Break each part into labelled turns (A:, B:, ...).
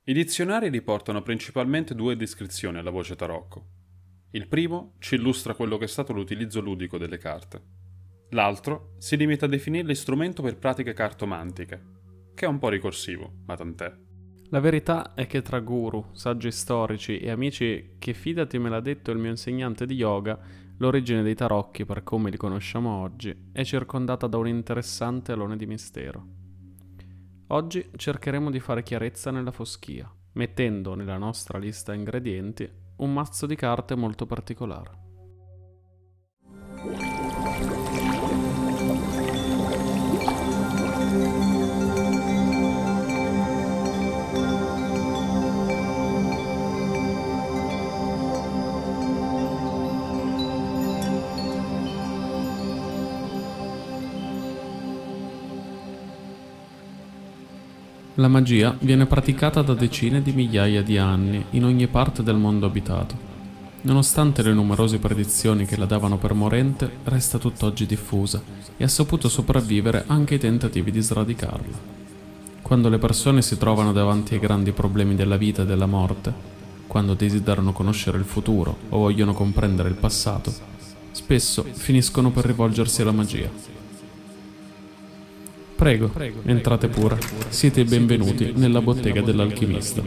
A: I dizionari riportano principalmente due descrizioni alla voce tarocco. Il primo ci illustra quello che è stato l'utilizzo ludico delle carte. L'altro si limita a definire l'istrumento per pratiche cartomantiche, che è un po' ricorsivo, ma tant'è.
B: La verità è che tra guru, saggi storici e amici che fidati me l'ha detto il mio insegnante di yoga, l'origine dei tarocchi, per come li conosciamo oggi, è circondata da un interessante alone di mistero. Oggi cercheremo di fare chiarezza nella foschia, mettendo nella nostra lista ingredienti un mazzo di carte molto particolare. La magia viene praticata da decine di migliaia di anni in ogni parte del mondo abitato. Nonostante le numerose predizioni che la davano per morente, resta tutt'oggi diffusa e ha saputo sopravvivere anche ai tentativi di sradicarla. Quando le persone si trovano davanti ai grandi problemi della vita e della morte, quando desiderano conoscere il futuro o vogliono comprendere il passato, spesso finiscono per rivolgersi alla magia. Prego, entrate pure. Siete benvenuti nella bottega dell'alchimista.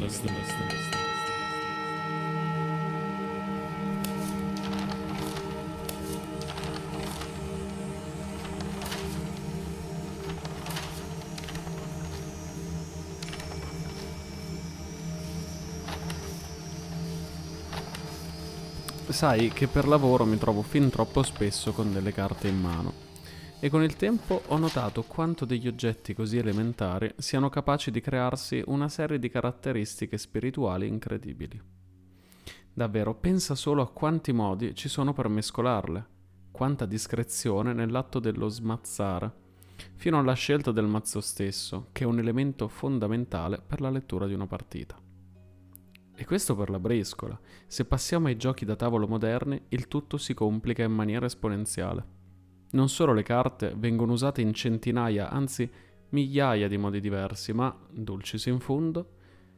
B: Sai che per lavoro mi trovo fin troppo spesso con delle carte in mano. E con il tempo ho notato quanto degli oggetti così elementari siano capaci di crearsi una serie di caratteristiche spirituali incredibili. Davvero, pensa solo a quanti modi ci sono per mescolarle, quanta discrezione nell'atto dello smazzare, fino alla scelta del mazzo stesso, che è un elemento fondamentale per la lettura di una partita. E questo per la briscola. Se passiamo ai giochi da tavolo moderni, il tutto si complica in maniera esponenziale. Non solo le carte vengono usate in centinaia, anzi migliaia di modi diversi, ma, dulcis in fundo,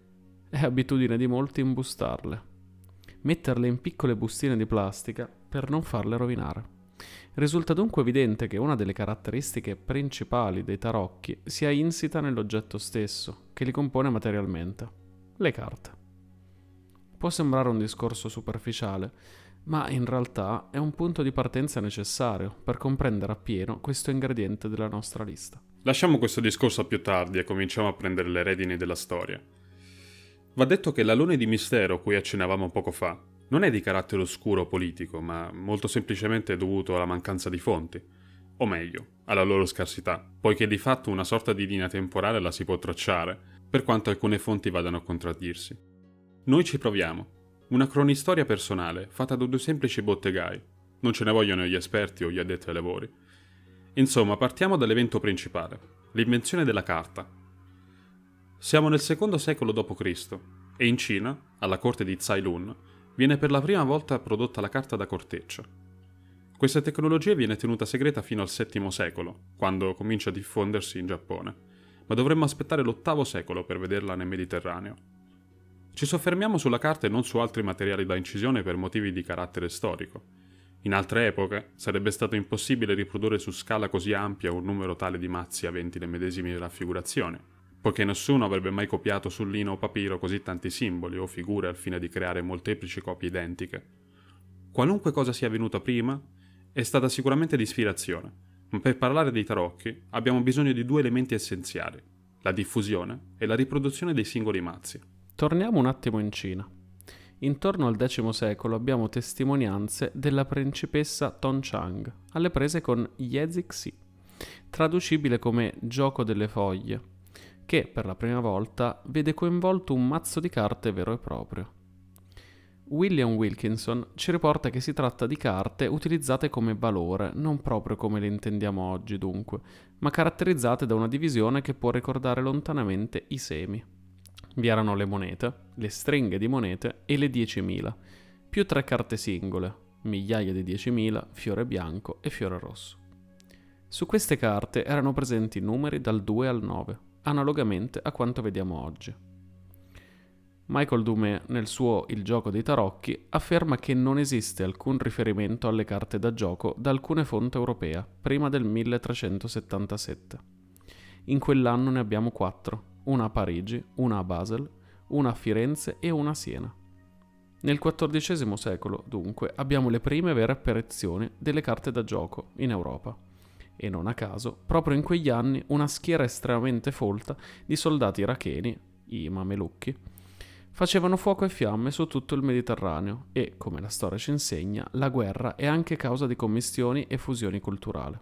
B: è abitudine di molti imbustarle. Metterle in piccole bustine di plastica per non farle rovinare. Risulta dunque evidente che una delle caratteristiche principali dei tarocchi sia insita nell'oggetto stesso, che li compone materialmente: le carte. Può sembrare un discorso superficiale, ma in realtà è un punto di partenza necessario per comprendere appieno questo ingrediente della nostra lista.
A: Lasciamo questo discorso a più tardi e cominciamo a prendere le redini della storia. Va detto che l'alone di mistero cui accennavamo poco fa non è di carattere oscuro o politico, ma molto semplicemente dovuto alla mancanza di fonti, o meglio, alla loro scarsità, poiché di fatto una sorta di linea temporale la si può tracciare, per quanto alcune fonti vadano a contraddirsi. Noi ci proviamo. Una cronistoria personale, fatta da due semplici bottegai. Non ce ne vogliono gli esperti o gli addetti ai lavori. Insomma, partiamo dall'evento principale, l'invenzione della carta. Siamo nel secondo secolo d.C. e in Cina, alla corte di Cailun, viene per la prima volta prodotta la carta da corteccia. Questa tecnologia viene tenuta segreta fino al VII secolo, quando comincia a diffondersi in Giappone, ma dovremmo aspettare l'VIII secolo per vederla nel Mediterraneo. Ci soffermiamo sulla carta e non su altri materiali da incisione per motivi di carattere storico. In altre epoche sarebbe stato impossibile riprodurre su scala così ampia un numero tale di mazzi aventi le medesime raffigurazioni, poiché nessuno avrebbe mai copiato sul lino o papiro così tanti simboli o figure al fine di creare molteplici copie identiche. Qualunque cosa sia avvenuta prima è stata sicuramente di ispirazione, ma per parlare dei tarocchi abbiamo bisogno di due elementi essenziali: la diffusione e la riproduzione dei singoli mazzi.
B: Torniamo un attimo in Cina. Intorno al X secolo abbiamo testimonianze della principessa Tongchang, alle prese con Yezixi, traducibile come gioco delle foglie, che per la prima volta vede coinvolto un mazzo di carte vero e proprio. William Wilkinson ci riporta che si tratta di carte utilizzate come valore, non proprio come le intendiamo oggi dunque, ma caratterizzate da una divisione che può ricordare lontanamente i semi. Vi erano le monete, le stringhe di monete e le 10.000, più 3 carte singole, migliaia di 10.000, fiore bianco e fiore rosso. Su queste carte erano presenti numeri dal 2 al 9, analogamente a quanto vediamo oggi. Michael Dumet, nel suo Il gioco dei tarocchi, afferma che non esiste alcun riferimento alle carte da gioco da alcune fonti europee prima del 1377. In quell'anno ne abbiamo 4, una a Parigi, una a Basel, una a Firenze e una a Siena. Nel XIV secolo, dunque, abbiamo le prime vere apparizioni delle carte da gioco in Europa. E non a caso, proprio in quegli anni, una schiera estremamente folta di soldati iracheni, i Mamelucchi, facevano fuoco e fiamme su tutto il Mediterraneo e, come la storia ci insegna, la guerra è anche causa di commistioni e fusioni culturali.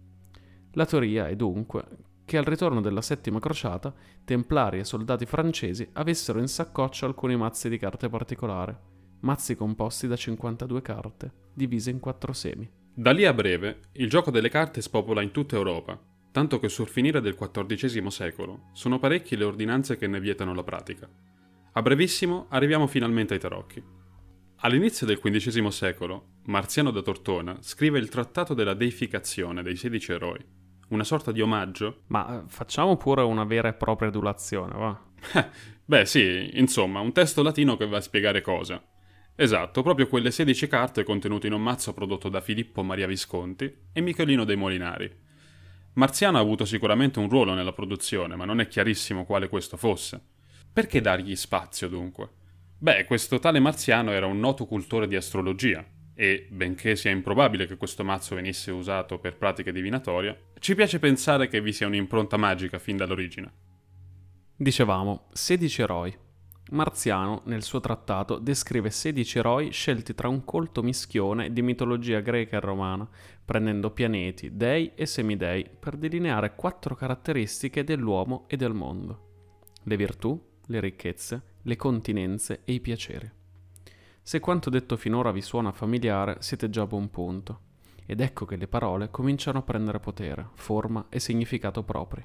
B: La teoria è dunque che al ritorno della settima crociata, templari e soldati francesi avessero in saccoccia alcuni mazzi di carte particolari, mazzi composti da 52 carte, divise in 4 semi.
A: Da lì a breve, il gioco delle carte spopola in tutta Europa, tanto che sul finire del XIV secolo sono parecchie le ordinanze che ne vietano la pratica. A brevissimo arriviamo finalmente ai tarocchi. All'inizio del XV secolo, Marziano da Tortona scrive il Trattato della deificazione dei 16 eroi, una sorta di omaggio.
B: Ma facciamo pure una vera e propria adulazione, va?
A: Beh sì, insomma, un testo latino che va a spiegare cosa. Esatto, proprio quelle 16 carte contenute in un mazzo prodotto da Filippo Maria Visconti e Michelino dei Molinari. Marziano ha avuto sicuramente un ruolo nella produzione, ma non è chiarissimo quale questo fosse. Perché dargli spazio, dunque? Beh, questo tale Marziano era un noto cultore di astrologia, e, benché sia improbabile che questo mazzo venisse usato per pratiche divinatorie, ci piace pensare che vi sia un'impronta magica fin dall'origine.
B: Dicevamo, 16 eroi. Marziano, nel suo trattato, descrive 16 eroi scelti tra un colto mischione di mitologia greca e romana, prendendo pianeti, dei e semidei per delineare 4 caratteristiche dell'uomo e del mondo: le virtù, le ricchezze, le continenze e i piaceri. Se quanto detto finora vi suona familiare, siete già a buon punto. Ed ecco che le parole cominciano a prendere potere, forma e significato propri.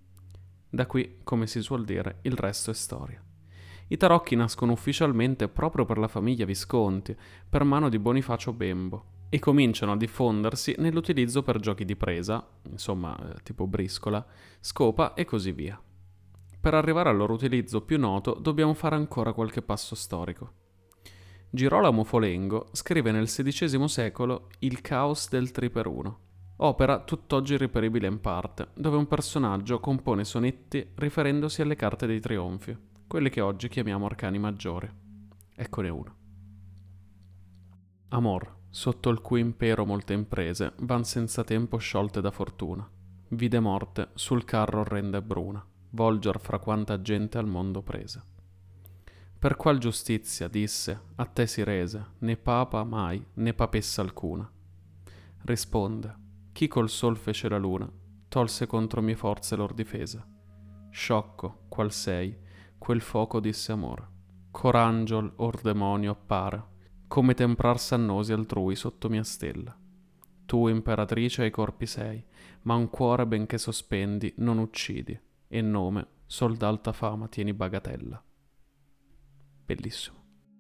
B: Da qui, come si suol dire, il resto è storia. I tarocchi nascono ufficialmente proprio per la famiglia Visconti, per mano di Bonifacio Bembo, e cominciano a diffondersi nell'utilizzo per giochi di presa, insomma tipo briscola, scopa e così via. Per arrivare al loro utilizzo più noto dobbiamo fare ancora qualche passo storico. Girolamo Folengo scrive nel XVI secolo Il Caos del 3x1, opera tutt'oggi reperibile in parte, dove un personaggio compone sonetti riferendosi alle carte dei trionfi, quelle che oggi chiamiamo arcani maggiori. Eccone uno. Amor, sotto il cui impero molte imprese van senza tempo sciolte da fortuna. Vide morte sul carro orrenda e bruna, volger fra quanta gente al mondo prese. Per qual giustizia, disse, a te si rese, né papa mai, né papessa alcuna. Risponde, chi col sol fece la luna, tolse contro mie forze lor difesa. Sciocco, qual sei, quel foco disse amor. Corangiol or demonio appare, come temprar s'annosi altrui sotto mia stella. Tu imperatrice ai corpi sei, ma un cuore benché sospendi non uccidi, e nome sol d'alta fama tieni bagatella. Bellissimo.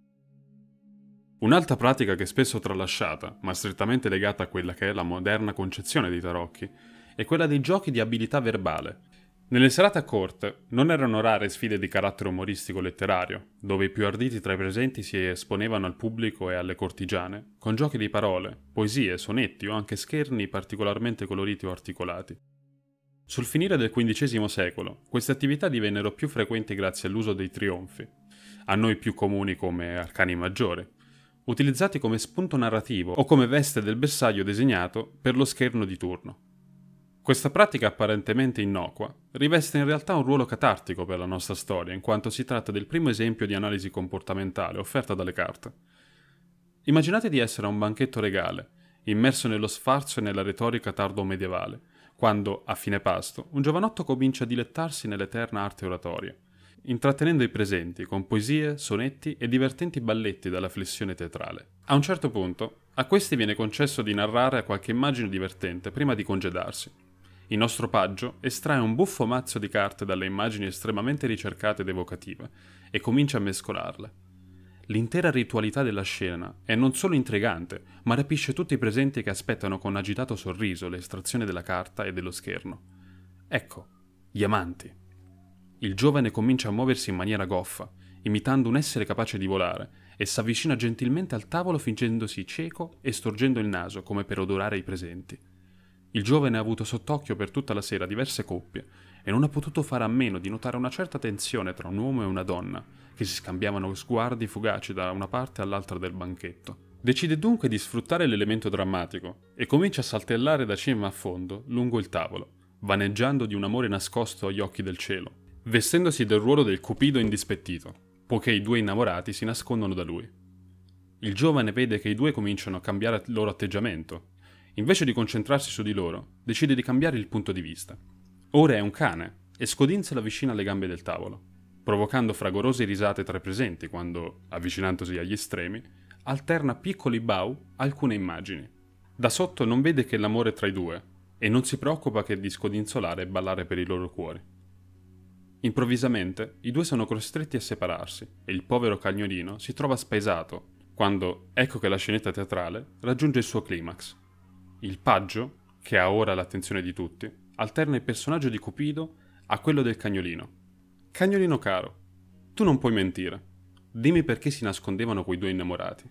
A: Un'altra pratica che è spesso tralasciata, ma strettamente legata a quella che è la moderna concezione dei tarocchi, è quella dei giochi di abilità verbale. Nelle serate a corte non erano rare sfide di carattere umoristico-letterario, dove i più arditi tra i presenti si esponevano al pubblico e alle cortigiane, con giochi di parole, poesie, sonetti o anche scherni particolarmente coloriti o articolati. Sul finire del XV secolo, queste attività divennero più frequenti grazie all'uso dei trionfi, a noi più comuni come arcani maggiori, utilizzati come spunto narrativo o come veste del bersaglio designato per lo scherno di turno. Questa pratica apparentemente innocua riveste in realtà un ruolo catartico per la nostra storia, in quanto si tratta del primo esempio di analisi comportamentale offerta dalle carte. Immaginate di essere a un banchetto regale, immerso nello sfarzo e nella retorica tardo-medievale, quando, a fine pasto, un giovanotto comincia a dilettarsi nell'eterna arte oratoria, intrattenendo i presenti con poesie, sonetti e divertenti balletti dalla flessione teatrale. A un certo punto, a questi viene concesso di narrare qualche immagine divertente prima di congedarsi. Il nostro paggio estrae un buffo mazzo di carte dalle immagini estremamente ricercate ed evocative e comincia a mescolarle. L'intera ritualità della scena è non solo intrigante, ma rapisce tutti i presenti che aspettano con agitato sorriso l'estrazione della carta e dello scherno. Ecco, gli amanti. Il giovane comincia a muoversi in maniera goffa, imitando un essere capace di volare, e s'avvicina gentilmente al tavolo fingendosi cieco e storgendo il naso come per odorare i presenti. Il giovane ha avuto sott'occhio per tutta la sera diverse coppie e non ha potuto fare a meno di notare una certa tensione tra un uomo e una donna, che si scambiavano sguardi fugaci da una parte all'altra del banchetto. Decide dunque di sfruttare l'elemento drammatico e comincia a saltellare da cima a fondo lungo il tavolo, vaneggiando di un amore nascosto agli occhi del cielo, vestendosi del ruolo del cupido indispettito, poiché i due innamorati si nascondono da lui. Il giovane vede che i due cominciano a cambiare il loro atteggiamento. Invece di concentrarsi su di loro, decide di cambiare il punto di vista. Ora è un cane e scodinzola vicino alle gambe del tavolo, provocando fragorose risate tra i presenti quando, avvicinandosi agli estremi, alterna piccoli bau a alcune immagini. Da sotto non vede che l'amore tra i due e non si preoccupa che di scodinzolare e ballare per i loro cuori. Improvvisamente i due sono costretti a separarsi e il povero cagnolino si trova spaesato quando ecco che la scenetta teatrale raggiunge il suo climax. Il paggio, che ha ora l'attenzione di tutti, alterna il personaggio di Cupido a quello del cagnolino. Cagnolino caro, tu non puoi mentire. Dimmi perché si nascondevano quei due innamorati.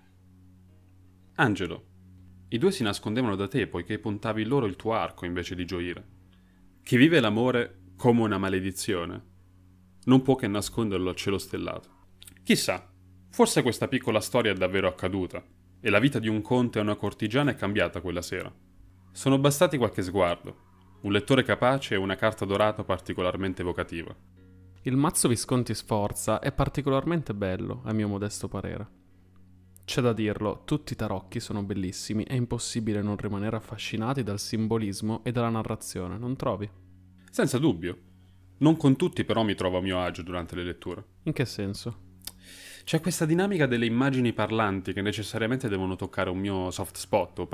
A: Angelo, i due si nascondevano da te poiché puntavi loro il tuo arco invece di gioire. Chi vive l'amore come una maledizione non può che nasconderlo al cielo stellato. Chissà, forse questa piccola storia è davvero accaduta e la vita di un conte e una cortigiana è cambiata quella sera. Sono bastati qualche sguardo, un lettore capace e una carta dorata particolarmente evocativa.
B: Il mazzo Visconti Sforza è particolarmente bello, a mio modesto parere. C'è da dirlo, tutti i tarocchi sono bellissimi, è impossibile non rimanere affascinati dal simbolismo e dalla narrazione, non trovi?
A: Senza dubbio. Non con tutti però mi trovo a mio agio durante le letture.
B: In che senso?
A: C'è questa dinamica delle immagini parlanti che necessariamente devono toccare un mio soft spot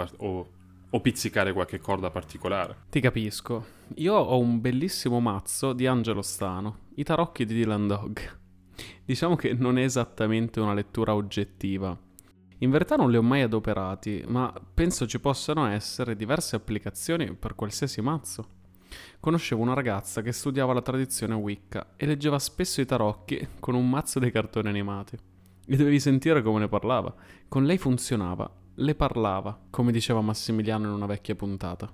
A: o pizzicare qualche corda particolare.
B: Ti capisco. Io ho un bellissimo mazzo di Angelo Stano, i tarocchi di Dylan Dog. Diciamo che non è esattamente una lettura oggettiva. In verità non li ho mai adoperati, ma penso ci possano essere diverse applicazioni per qualsiasi mazzo. Conoscevo una ragazza che studiava la tradizione Wicca e leggeva spesso i tarocchi con un mazzo dei cartoni animati. E dovevi sentire come ne parlava. Con lei funzionava, le parlava, come diceva Massimiliano in una vecchia puntata.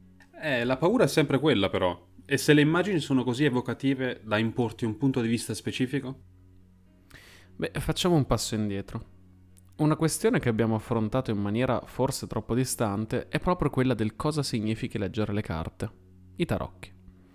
A: La paura è sempre quella però. E se le immagini sono così evocative da importi un punto di vista specifico?
B: Beh, facciamo un passo indietro. Una questione che abbiamo affrontato in maniera forse troppo distante è proprio quella del cosa significhi leggere le carte. I tarocchi.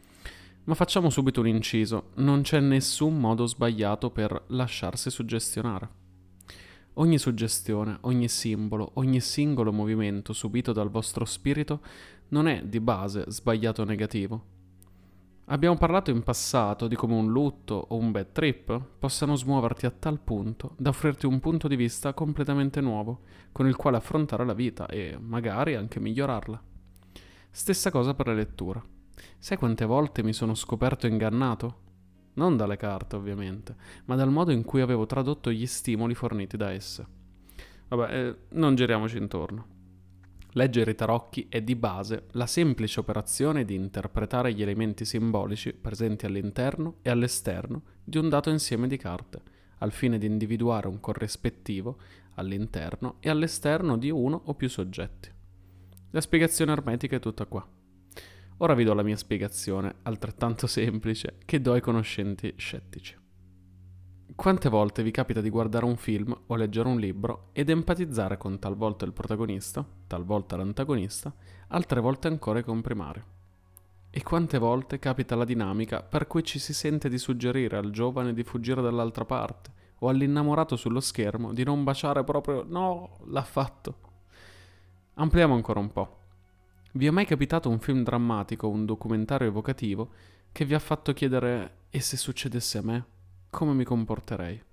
B: Ma facciamo subito un inciso, non c'è nessun modo sbagliato per lasciarsi suggestionare. Ogni suggestione, ogni simbolo, ogni singolo movimento subito dal vostro spirito non è di base sbagliato o negativo. Abbiamo parlato in passato di come un lutto o un bad trip possano smuoverti a tal punto da offrirti un punto di vista completamente nuovo, con il quale affrontare la vita e magari anche migliorarla. Stessa cosa per le letture. Sai quante volte mi sono scoperto ingannato? Non dalle carte, ovviamente, ma dal modo in cui avevo tradotto gli stimoli forniti da esse. Vabbè, non giriamoci intorno. Leggere i tarocchi è di base la semplice operazione di interpretare gli elementi simbolici presenti all'interno e all'esterno di un dato insieme di carte, al fine di individuare un corrispettivo all'interno e all'esterno di uno o più soggetti. La spiegazione ermetica è tutta qua. Ora vi do la mia spiegazione, altrettanto semplice, che do ai conoscenti scettici. Quante volte vi capita di guardare un film o leggere un libro ed empatizzare con talvolta il protagonista, talvolta l'antagonista, altre volte ancora i comprimari? E quante volte capita la dinamica per cui ci si sente di suggerire al giovane di fuggire dall'altra parte o all'innamorato sullo schermo di non baciare proprio no, l'ha fatto. Ampliamo ancora un po'. Vi è mai capitato un film drammatico o un documentario evocativo che vi ha fatto chiedere e se succedesse a me? Come mi comporterei?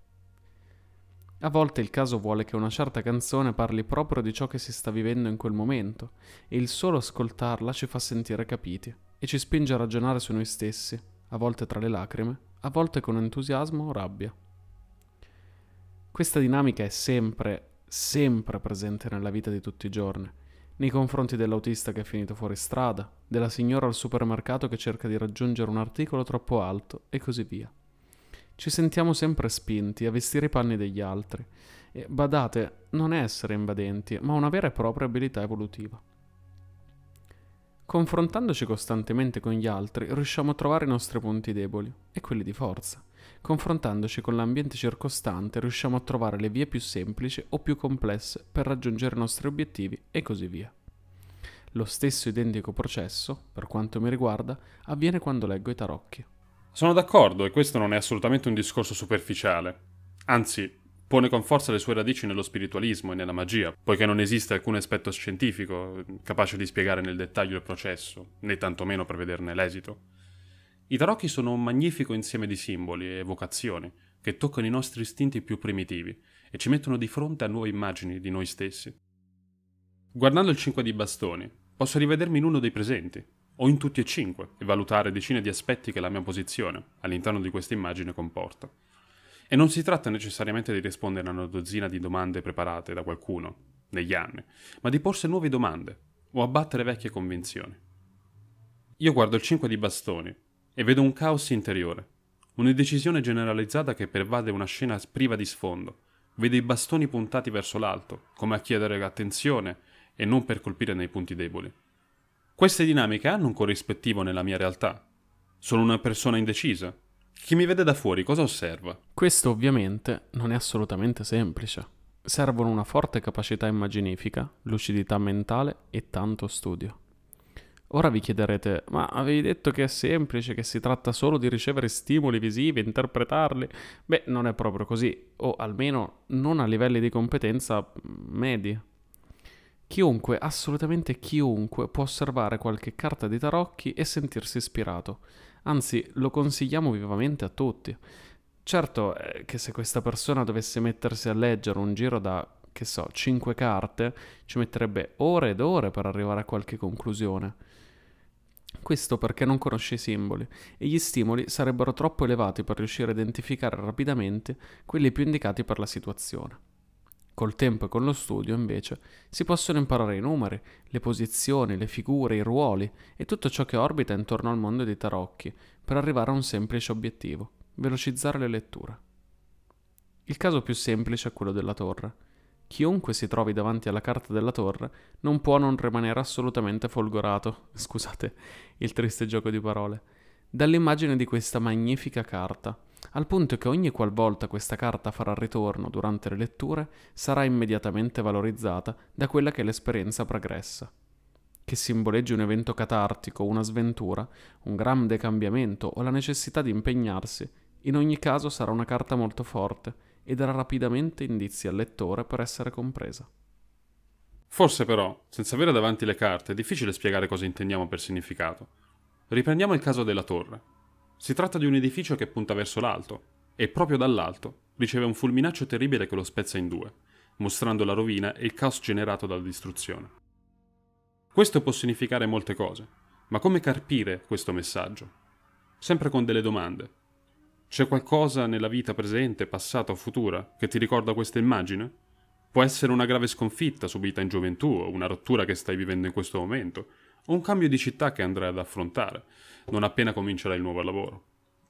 B: A volte il caso vuole che una certa canzone parli proprio di ciò che si sta vivendo in quel momento e il solo ascoltarla ci fa sentire capiti e ci spinge a ragionare su noi stessi, a volte tra le lacrime, a volte con entusiasmo o rabbia. Questa dinamica è sempre presente nella vita di tutti i giorni, nei confronti dell'autista che è finito fuori strada, della signora al supermercato che cerca di raggiungere un articolo troppo alto e così via. Ci sentiamo sempre spinti a vestire i panni degli altri. E badate, non è essere invadenti, ma una vera e propria abilità evolutiva. Confrontandoci costantemente con gli altri, riusciamo a trovare i nostri punti deboli e quelli di forza. Confrontandoci con l'ambiente circostante, riusciamo a trovare le vie più semplici o più complesse per raggiungere i nostri obiettivi e così via. Lo stesso identico processo, per quanto mi riguarda, avviene quando leggo i tarocchi.
A: Sono d'accordo e questo non è assolutamente un discorso superficiale. Anzi, pone con forza le sue radici nello spiritualismo e nella magia, poiché non esiste alcun aspetto scientifico capace di spiegare nel dettaglio il processo, né tantomeno prevederne l'esito. I tarocchi sono un magnifico insieme di simboli e evocazioni che toccano i nostri istinti più primitivi e ci mettono di fronte a nuove immagini di noi stessi. Guardando il 5 di bastoni, posso rivedermi in uno dei presenti, o in tutti e 5, e valutare decine di aspetti che la mia posizione all'interno di questa immagine comporta. E non si tratta necessariamente di rispondere a una dozzina di domande preparate da qualcuno, negli anni, ma di porsi nuove domande, o abbattere vecchie convinzioni. Io guardo il 5 di bastoni e vedo un caos interiore, un'indecisione generalizzata che pervade una scena priva di sfondo. Vedo i bastoni puntati verso l'alto, come a chiedere attenzione e non per colpire nei punti deboli. Queste dinamiche hanno un corrispettivo nella mia realtà. Sono una persona indecisa. Chi mi vede da fuori cosa osserva?
B: Questo ovviamente non è assolutamente semplice. Servono una forte capacità immaginifica, lucidità mentale e tanto studio. Ora vi chiederete, ma avevi detto che è semplice, che si tratta solo di ricevere stimoli visivi e interpretarli? Beh, non è proprio così, o almeno non a livelli di competenza medi. Chiunque, assolutamente chiunque, può osservare qualche carta di tarocchi e sentirsi ispirato. Anzi, lo consigliamo vivamente a tutti. Certo che se questa persona dovesse mettersi a leggere un giro da, 5 carte, ci metterebbe ore ed ore per arrivare a qualche conclusione. Questo perché non conosce i simboli e gli stimoli sarebbero troppo elevati per riuscire a identificare rapidamente quelli più indicati per la situazione. Col tempo e con lo studio, invece, si possono imparare i numeri, le posizioni, le figure, i ruoli e tutto ciò che orbita intorno al mondo dei tarocchi per arrivare a un semplice obiettivo: velocizzare le letture. Il caso più semplice è quello della torre. Chiunque si trovi davanti alla carta della torre non può non rimanere assolutamente folgorato, scusate il triste gioco di parole, dall'immagine di questa magnifica carta, al punto che ogni qualvolta questa carta farà ritorno durante le letture sarà immediatamente valorizzata da quella che è l'esperienza pregressa. Che simboleggi un evento catartico, una sventura, un grande cambiamento o la necessità di impegnarsi, in ogni caso sarà una carta molto forte e darà rapidamente indizi al lettore per essere compresa.
A: Forse però, senza avere davanti le carte, è difficile spiegare cosa intendiamo per significato. Riprendiamo il caso della torre. Si tratta di un edificio che punta verso l'alto, e proprio dall'alto riceve un fulminaccio terribile che lo spezza in due, mostrando la rovina e il caos generato dalla distruzione. Questo può significare molte cose, ma come carpire questo messaggio? Sempre con delle domande. C'è qualcosa nella vita presente, passata o futura che ti ricorda questa immagine? Può essere una grave sconfitta subita in gioventù, o una rottura che stai vivendo in questo momento, o un cambio di città che andrai ad affrontare, non appena comincerai il nuovo lavoro.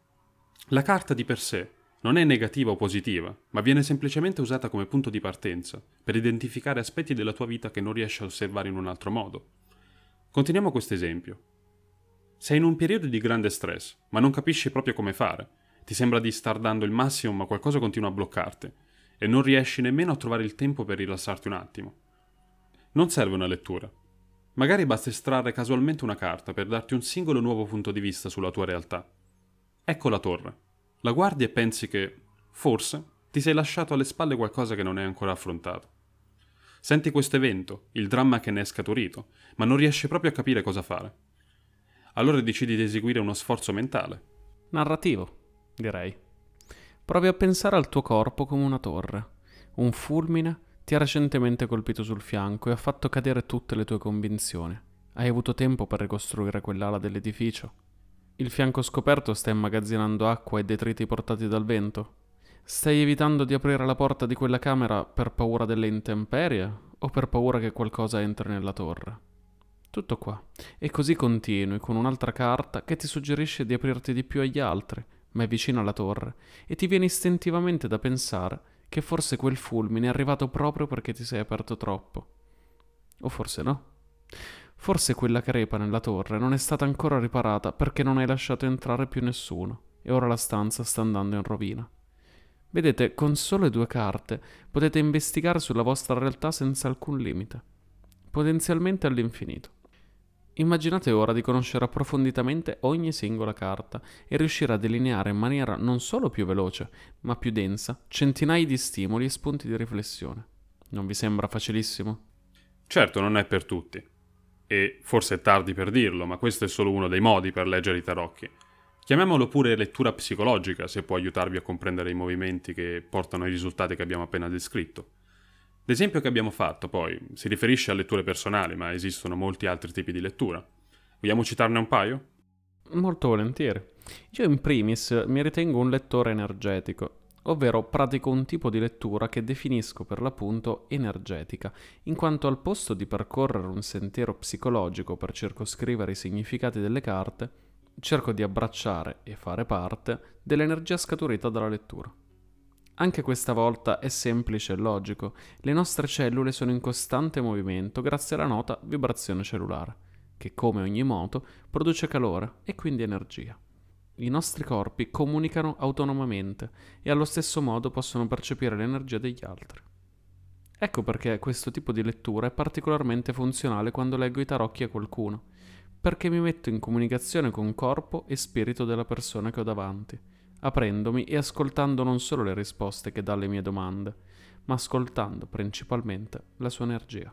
A: La carta di per sé non è negativa o positiva, ma viene semplicemente usata come punto di partenza per identificare aspetti della tua vita che non riesci a osservare in un altro modo. Continuiamo questo esempio. Sei in un periodo di grande stress, ma non capisci proprio come fare. Ti sembra di star dando il massimo, ma qualcosa continua a bloccarti e non riesci nemmeno a trovare il tempo per rilassarti un attimo. Non serve una lettura. Magari basta estrarre casualmente una carta per darti un singolo nuovo punto di vista sulla tua realtà. Ecco la torre. La guardi e pensi che, forse, ti sei lasciato alle spalle qualcosa che non hai ancora affrontato. Senti questo evento, il dramma che ne è scaturito, ma non riesci proprio a capire cosa fare. Allora decidi di eseguire uno sforzo mentale.
B: Narrativo, direi. Provi a pensare al tuo corpo come una torre. Un fulmine ti ha recentemente colpito sul fianco e ha fatto cadere tutte le tue convinzioni. Hai avuto tempo per ricostruire quell'ala dell'edificio? Il fianco scoperto sta immagazzinando acqua e detriti portati dal vento? Stai evitando di aprire la porta di quella camera per paura delle intemperie o per paura che qualcosa entri nella torre? Tutto qua. E così continui con un'altra carta che ti suggerisce di aprirti di più agli altri, ma è vicino alla torre, e ti viene istintivamente da pensare che forse quel fulmine è arrivato proprio perché ti sei aperto troppo. O forse no. Forse quella crepa nella torre non è stata ancora riparata perché non hai lasciato entrare più nessuno, e ora la stanza sta andando in rovina. Vedete, con sole 2 carte potete investigare sulla vostra realtà senza alcun limite, potenzialmente all'infinito. Immaginate ora di conoscere approfonditamente ogni singola carta e riuscire a delineare in maniera non solo più veloce, ma più densa, centinaia di stimoli e spunti di riflessione. Non vi sembra facilissimo?
A: Certo, non è per tutti. E forse è tardi per dirlo, ma questo è solo uno dei modi per leggere i tarocchi. Chiamiamolo pure lettura psicologica, se può aiutarvi a comprendere i movimenti che portano ai risultati che abbiamo appena descritto. L'esempio che abbiamo fatto, poi, si riferisce a letture personali, ma esistono molti altri tipi di lettura. Vogliamo citarne un paio?
B: Molto volentieri. Io in primis mi ritengo un lettore energetico, ovvero pratico un tipo di lettura che definisco per l'appunto energetica, in quanto al posto di percorrere un sentiero psicologico per circoscrivere i significati delle carte, cerco di abbracciare e fare parte dell'energia scaturita dalla lettura. Anche questa volta è semplice e logico, le nostre cellule sono in costante movimento grazie alla nota vibrazione cellulare, che come ogni moto produce calore e quindi energia. I nostri corpi comunicano autonomamente e allo stesso modo possono percepire l'energia degli altri. Ecco perché questo tipo di lettura è particolarmente funzionale quando leggo i tarocchi a qualcuno, perché mi metto in comunicazione con corpo e spirito della persona che ho davanti, aprendomi e ascoltando non solo le risposte che dà alle mie domande, ma ascoltando principalmente la sua energia.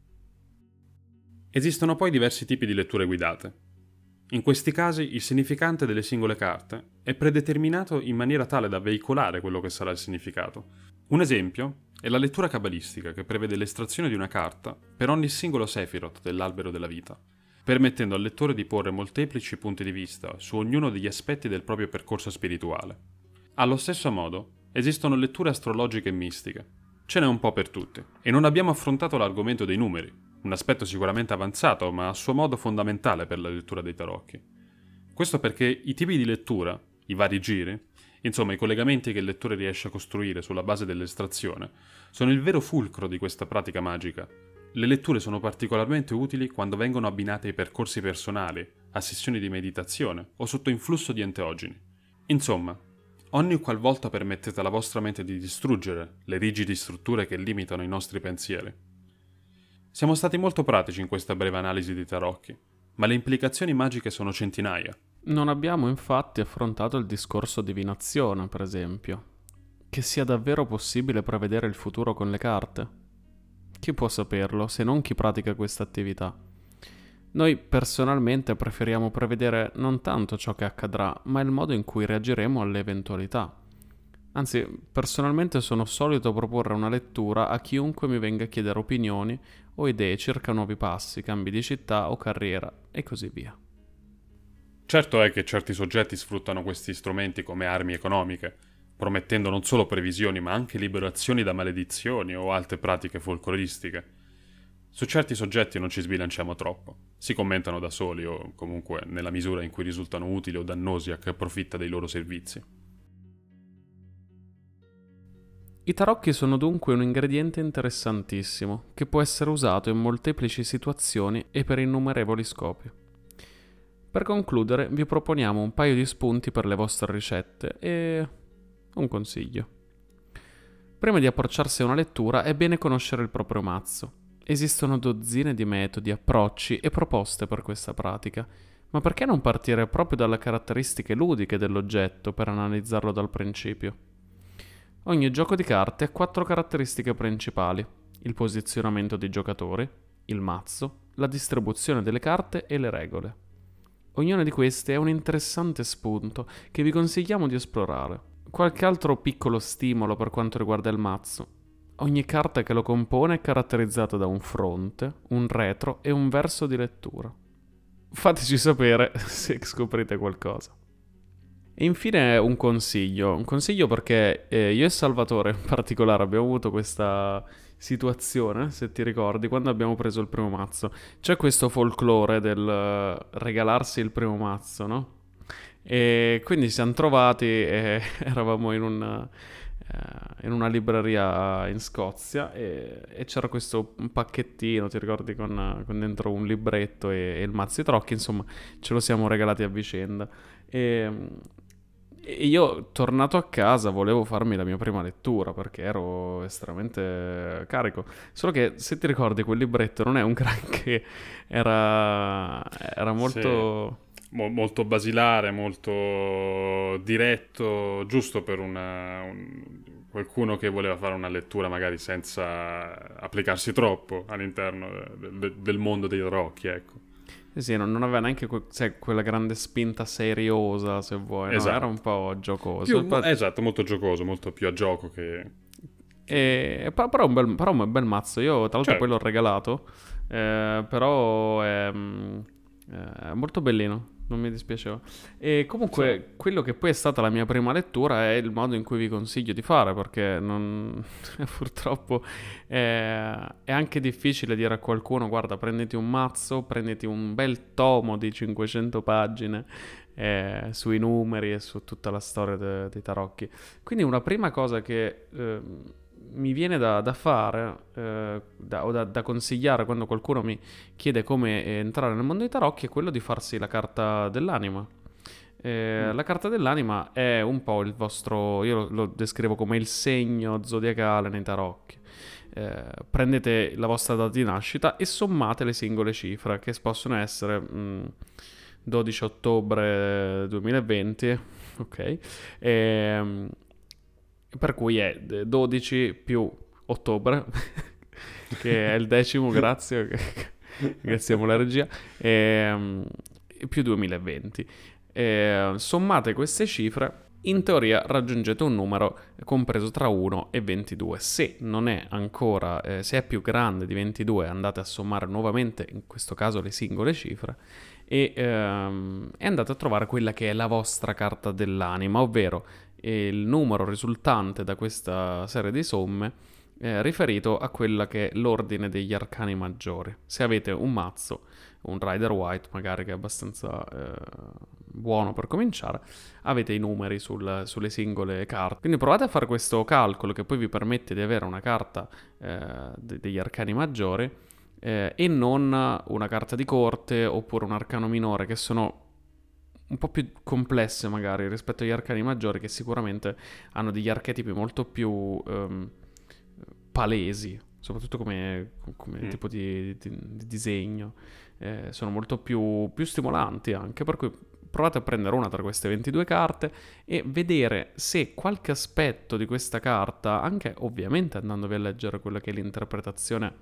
A: Esistono poi diversi tipi di letture guidate. In questi casi il significante delle singole carte è predeterminato in maniera tale da veicolare quello che sarà il significato. Un esempio è la lettura cabalistica, che prevede l'estrazione di una carta per ogni singolo Sephiroth dell'albero della vita, permettendo al lettore di porre molteplici punti di vista su ognuno degli aspetti del proprio percorso spirituale. Allo stesso modo, esistono letture astrologiche e mistiche. Ce n'è un po' per tutti. E non abbiamo affrontato l'argomento dei numeri, un aspetto sicuramente avanzato, ma a suo modo fondamentale per la lettura dei tarocchi. Questo perché i tipi di lettura, i vari giri, insomma i collegamenti che il lettore riesce a costruire sulla base dell'estrazione, sono il vero fulcro di questa pratica magica. Le letture sono particolarmente utili quando vengono abbinate ai percorsi personali, a sessioni di meditazione o sotto influsso di enteogeni. Insomma, ogni qualvolta permettete alla vostra mente di distruggere le rigide strutture che limitano i nostri pensieri. Siamo stati molto pratici in questa breve analisi di tarocchi, ma le implicazioni magiche sono centinaia.
B: Non abbiamo infatti affrontato il discorso divinazione, per esempio. Che sia davvero possibile prevedere il futuro con le carte? Chi può saperlo se non chi pratica questa attività? Noi personalmente preferiamo prevedere non tanto ciò che accadrà, ma il modo in cui reagiremo alle eventualità. Anzi, personalmente sono solito proporre una lettura a chiunque mi venga a chiedere opinioni o idee circa nuovi passi, cambi di città o carriera e così via.
A: Certo è che certi soggetti sfruttano questi strumenti come armi economiche, promettendo non solo previsioni ma anche liberazioni da maledizioni o altre pratiche folcloristiche. Su certi soggetti non ci sbilanciamo troppo, si commentano da soli o comunque nella misura in cui risultano utili o dannosi a chi approfitta dei loro servizi.
B: I tarocchi sono dunque un ingrediente interessantissimo che può essere usato in molteplici situazioni e per innumerevoli scopi. Per concludere vi proponiamo un paio di spunti per le vostre ricette e un consiglio. Prima di approcciarsi a una lettura è bene conoscere il proprio mazzo. Esistono dozzine di metodi, approcci e proposte per questa pratica, ma perché non partire proprio dalle caratteristiche ludiche dell'oggetto per analizzarlo dal principio? Ogni gioco di carte ha 4 caratteristiche principali: il posizionamento dei giocatori, il mazzo, la distribuzione delle carte e le regole. Ognuna di queste è un interessante spunto che vi consigliamo di esplorare. Qualche altro piccolo stimolo per quanto riguarda il mazzo. Ogni carta che lo compone è caratterizzata da un fronte, un retro e un verso di lettura. Fateci sapere se scoprite qualcosa. E infine un consiglio perché io e Salvatore in particolare abbiamo avuto questa situazione, se ti ricordi, quando abbiamo preso il primo mazzo. C'è questo folklore del regalarsi il primo mazzo, no? E quindi ci siamo trovati e eravamo in una libreria in Scozia e c'era questo pacchettino, ti ricordi, con dentro un libretto e il mazzo di tarocchi, insomma, ce lo siamo regalati a vicenda. E, e io, tornato a casa, volevo farmi la mia prima lettura perché ero estremamente carico. Solo che, se ti ricordi, quel libretto non è un granché, era
A: Sì.
B: molto...
A: Molto basilare, molto diretto, giusto per qualcuno che voleva fare una lettura magari senza applicarsi troppo all'interno del mondo dei tarocchi, ecco.
B: Sì, sì, non aveva neanche sai, quella grande spinta seriosa, se vuoi, no? Era un
A: Esatto.
B: po' giocoso.
A: Esatto, molto giocoso, molto più a gioco che...
B: Però un bel mazzo. Io, tra l'altro, poi
A: Certo.
B: l'ho regalato. Però è molto bellino. Non mi dispiaceva. E
A: Sì.
B: comunque, quello che poi è stata la mia prima lettura è il modo in cui vi consiglio di fare. Perché non... purtroppo è anche difficile dire a qualcuno: guarda, prenditi un mazzo, prenditi un bel tomo di 500 pagine sui numeri e su tutta la storia dei tarocchi. Quindi una prima cosa che mi viene da fare da consigliare quando qualcuno mi chiede come entrare nel mondo dei tarocchi è quello di farsi la carta dell'anima.
A: Mm.
B: La carta dell'anima è un po' il vostro, io lo descrivo come il segno zodiacale nei tarocchi. Prendete la vostra data di nascita e sommate le singole cifre, che possono essere 12 ottobre 2020, ok? Ehm, per cui è 12 più ottobre, che è il decimo, grazie, ringraziamo la regia, più 2020. Sommate queste cifre, in teoria raggiungete un numero compreso tra 1 e 22. Se non è ancora, se è più grande di 22, andate a sommare nuovamente, in questo caso le singole cifre, e andate a trovare quella che è la vostra carta dell'anima, ovvero il numero risultante da questa serie di somme riferito a quella che è l'ordine degli arcani maggiori. Se avete un mazzo, un Rider White magari che è abbastanza buono per cominciare, avete i numeri sulle singole carte. Quindi provate a fare questo calcolo che poi vi permette di avere una carta degli arcani maggiori e non una carta di corte oppure un arcano minore, che sono un po' più complesse magari rispetto agli arcani maggiori, che sicuramente hanno degli archetipi molto più palesi, soprattutto come
A: Mm.
B: tipo di disegno. Sono molto più stimolanti anche, per cui provate a prendere una tra queste 22 carte e vedere se qualche aspetto di questa carta, anche ovviamente andandovi a leggere quella che è l'interpretazione,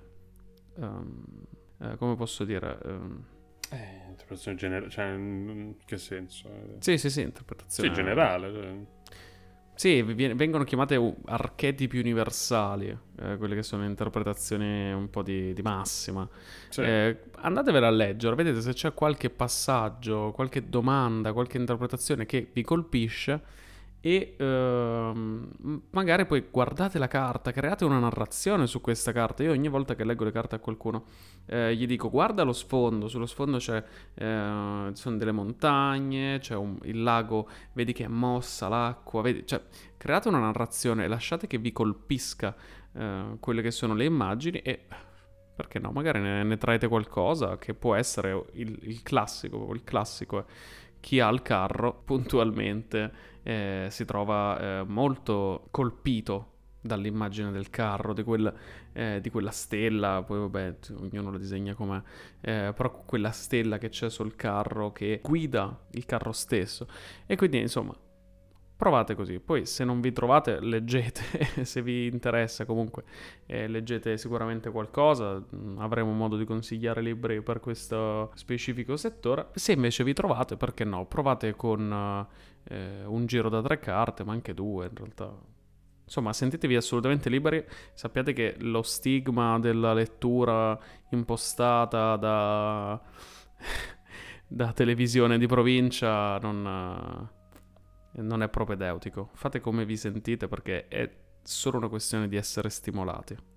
B: come posso dire...
A: Interpretazione generale, cioè, in che senso?
B: sì, sì, sì,
A: Sì,
B: interpretazione.
A: generale. Cioè.
B: Sì, vengono chiamate archetipi universali, quelle che sono interpretazioni un po' di massima.
A: Sì.
B: Andatevela a leggere, vedete se c'è qualche passaggio, qualche domanda, qualche interpretazione che vi colpisce e magari poi guardate la carta, create una narrazione su questa carta. Io ogni volta che leggo le carte a qualcuno gli dico: guarda lo sfondo, sullo sfondo ci sono delle montagne, c'è il lago, vedi che è mossa l'acqua, vedi, cioè create una narrazione e lasciate che vi colpisca quelle che sono le immagini e perché no, magari ne traete qualcosa che può essere il classico. Il classico è chi ha il carro puntualmente si trova molto colpito dall'immagine del carro, di quella stella, poi vabbè, ognuno lo disegna come, però quella stella che c'è sul carro che guida il carro stesso. E quindi insomma, provate così. Poi se non vi trovate, leggete, se vi interessa comunque, leggete sicuramente qualcosa. Avremo modo di consigliare libri per questo specifico settore. Se invece vi trovate, perché no, provate con un giro da 3 carte, ma anche 2 in realtà. Insomma, sentitevi assolutamente liberi. Sappiate che lo stigma della lettura impostata da televisione di provincia non è propedeutico. Fate come vi sentite perché è solo una questione di essere stimolati.